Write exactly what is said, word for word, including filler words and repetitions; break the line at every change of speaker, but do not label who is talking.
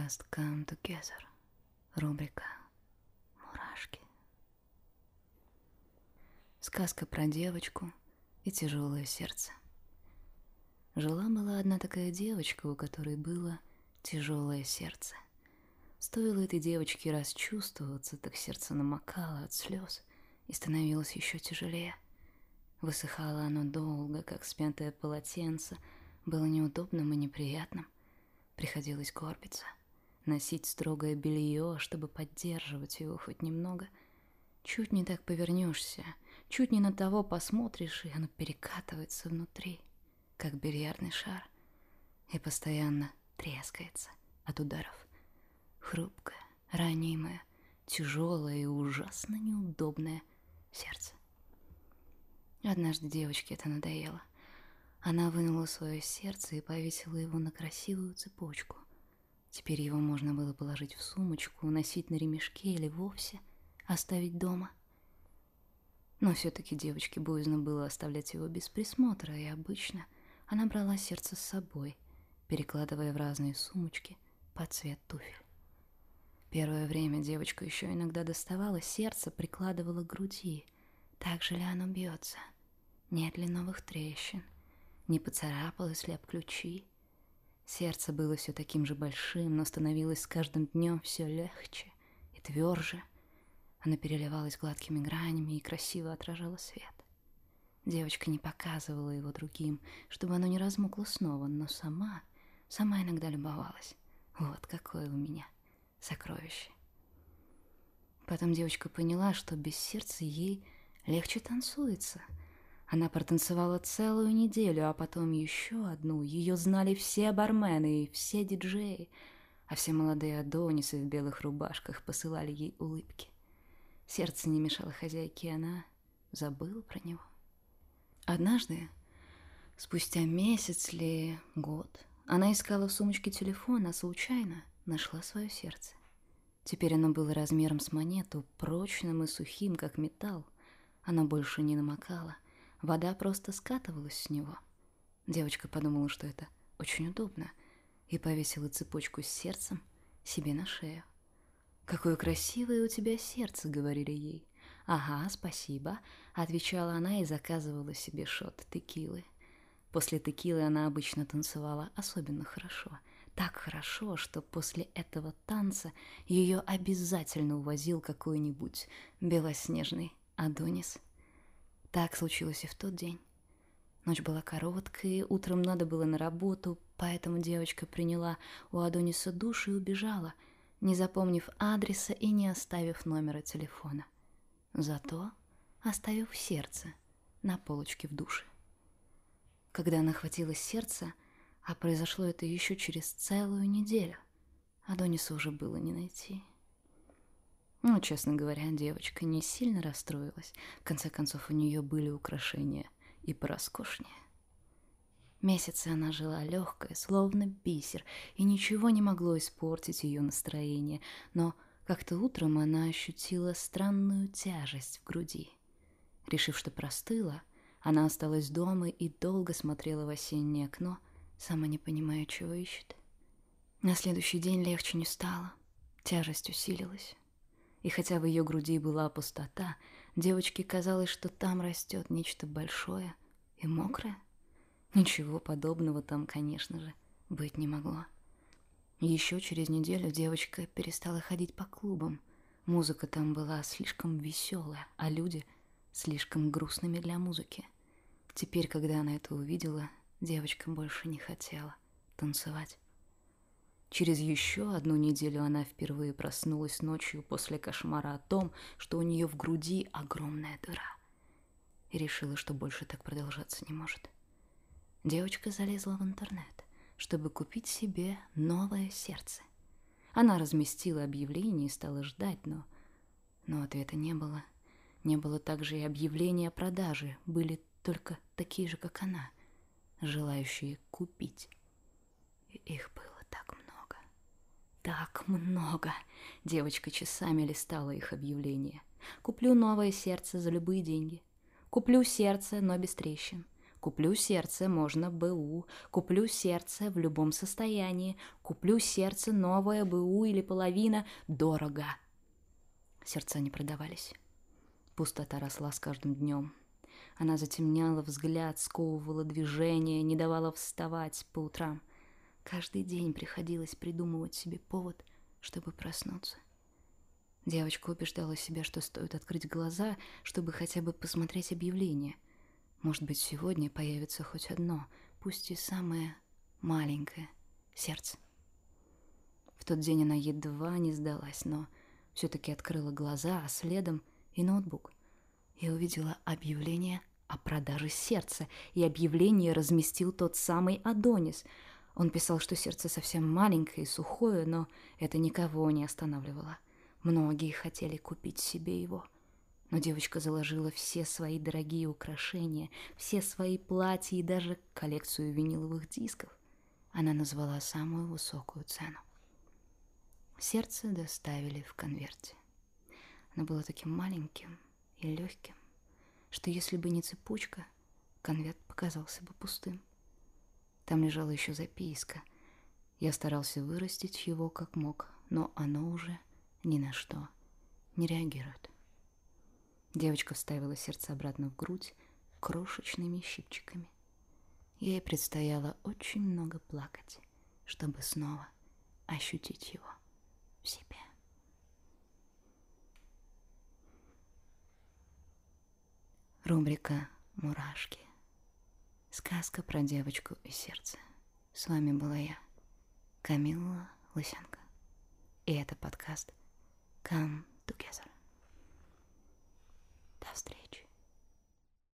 Just Come Together. Рубрика «Мурашки». Сказка про девочку и тяжелое сердце. Жила-была одна такая девочка, у которой было тяжелое сердце. Стоило этой девочке расчувствоваться, так сердце намокало от слез и становилось еще тяжелее. Высыхало оно долго, как смятое полотенце, было неудобным и неприятным. Приходилось горбиться, носить строгое белье, чтобы поддерживать его хоть немного. Чуть не так повернешься, чуть не на того посмотришь, и оно перекатывается внутри, как бильярдный шар, и постоянно трескается от ударов. Хрупкое, ранимое, тяжелое и ужасно неудобное сердце. Однажды девочке это надоело. Она вынула свое сердце и повесила его на красивую цепочку. Теперь его можно было положить в сумочку, носить на ремешке или вовсе оставить дома. Но все-таки девочке боязно было оставлять его без присмотра, и обычно она брала сердце с собой, перекладывая в разные сумочки под цвет туфель. Первое время девочка еще иногда доставала сердце, прикладывала к груди. Так же ли оно бьется? Нет ли новых трещин? Не поцарапалось ли об ключи? Сердце было все таким же большим, но становилось с каждым днем все легче и тверже. Оно переливалось гладкими гранями и красиво отражало свет. Девочка не показывала его другим, чтобы оно не размокло снова, но сама, сама иногда любовалась. Вот какое у меня сокровище. Потом девочка поняла, что без сердца ей легче танцуется. Она протанцевала целую неделю, а потом еще одну. Ее знали все бармены и все диджеи, а все молодые адонисы в белых рубашках посылали ей улыбки. Сердце не мешало хозяйке, и она забыла про него. Однажды, спустя месяц или год, она искала в сумочке телефон, а случайно нашла свое сердце. Теперь оно было размером с монету, прочным и сухим, как металл. Оно больше не намокало. Вода просто скатывалась с него. Девочка подумала, что это очень удобно, и повесила цепочку с сердцем себе на шею. «Какое красивое у тебя сердце», — говорили ей. «Ага, спасибо», — отвечала она и заказывала себе шот текилы. После текилы она обычно танцевала особенно хорошо. Так хорошо, что после этого танца ее обязательно увозил какой-нибудь белоснежный Адонис. Так случилось и в тот день. Ночь была короткой, утром надо было на работу, поэтому девочка приняла у Адониса душ и убежала, не запомнив адреса и не оставив номера телефона. Зато оставив сердце на полочке в душе. Когда она хватила сердце, а произошло это еще через целую неделю, Адониса уже было не найти. Ну, честно говоря, девочка не сильно расстроилась. В конце концов, у нее были украшения и пороскошнее. Месяцы она жила легкая, словно бисер, и ничего не могло испортить ее настроение. Но как-то утром она ощутила странную тяжесть в груди. Решив, что простыла, она осталась дома и долго смотрела в осеннее окно, сама не понимая, чего ищет. На следующий день легче не стало, тяжесть усилилась. И хотя в ее груди была пустота, девочке казалось, что там растет нечто большое и мокрое. Ничего подобного там, конечно же, быть не могло. Еще через неделю девочка перестала ходить по клубам. Музыка там была слишком веселая, а люди слишком грустными для музыки. Теперь, когда она это увидела, девочка больше не хотела танцевать. Через еще одну неделю она впервые проснулась ночью после кошмара о том, что у нее в груди огромная дыра, и решила, что больше так продолжаться не может. Девочка залезла в интернет, чтобы купить себе новое сердце. Она разместила объявление и стала ждать, но, но ответа не было. Не было также и объявления о продаже, были только такие же, как она, желающие купить. И их было так много. Так много. Девочка часами листала их объявления. Куплю новое сердце за любые деньги. Куплю сердце, но без трещин. Куплю сердце, можно БУ. Куплю сердце в любом состоянии. Куплю сердце, новое БУ или половина. Дорого. Сердца не продавались. Пустота росла с каждым днем. Она затемняла взгляд, сковывала движение, не давала вставать по утрам. Каждый день приходилось придумывать себе повод, чтобы проснуться. Девочка убеждала себя, что стоит открыть глаза, чтобы хотя бы посмотреть объявление. Может быть, сегодня появится хоть одно, пусть и самое маленькое сердце. В тот день она едва не сдалась, но все-таки открыла глаза, а следом и ноутбук. Я увидела объявление о продаже сердца, и объявление разместил тот самый Адонис. Он писал, что сердце совсем маленькое и сухое, но это никого не останавливало. Многие хотели купить себе его. Но девочка заложила все свои дорогие украшения, все свои платья и даже коллекцию виниловых дисков. Она назвала самую высокую цену. Сердце доставили в конверте. Оно было таким маленьким и легким, что если бы не цепочка, конверт показался бы пустым. Там лежала еще записка. Я старался вырастить его как мог, но оно уже ни на что не реагирует. Девочка вставила сердце обратно в грудь крошечными щипчиками. Ей предстояло очень много плакать, чтобы снова ощутить его в себе. Рубрика «Мурашки». Сказка про девочку и сердце. С вами была я, Камилла Лысенко. И это подкаст Come Together. До встречи.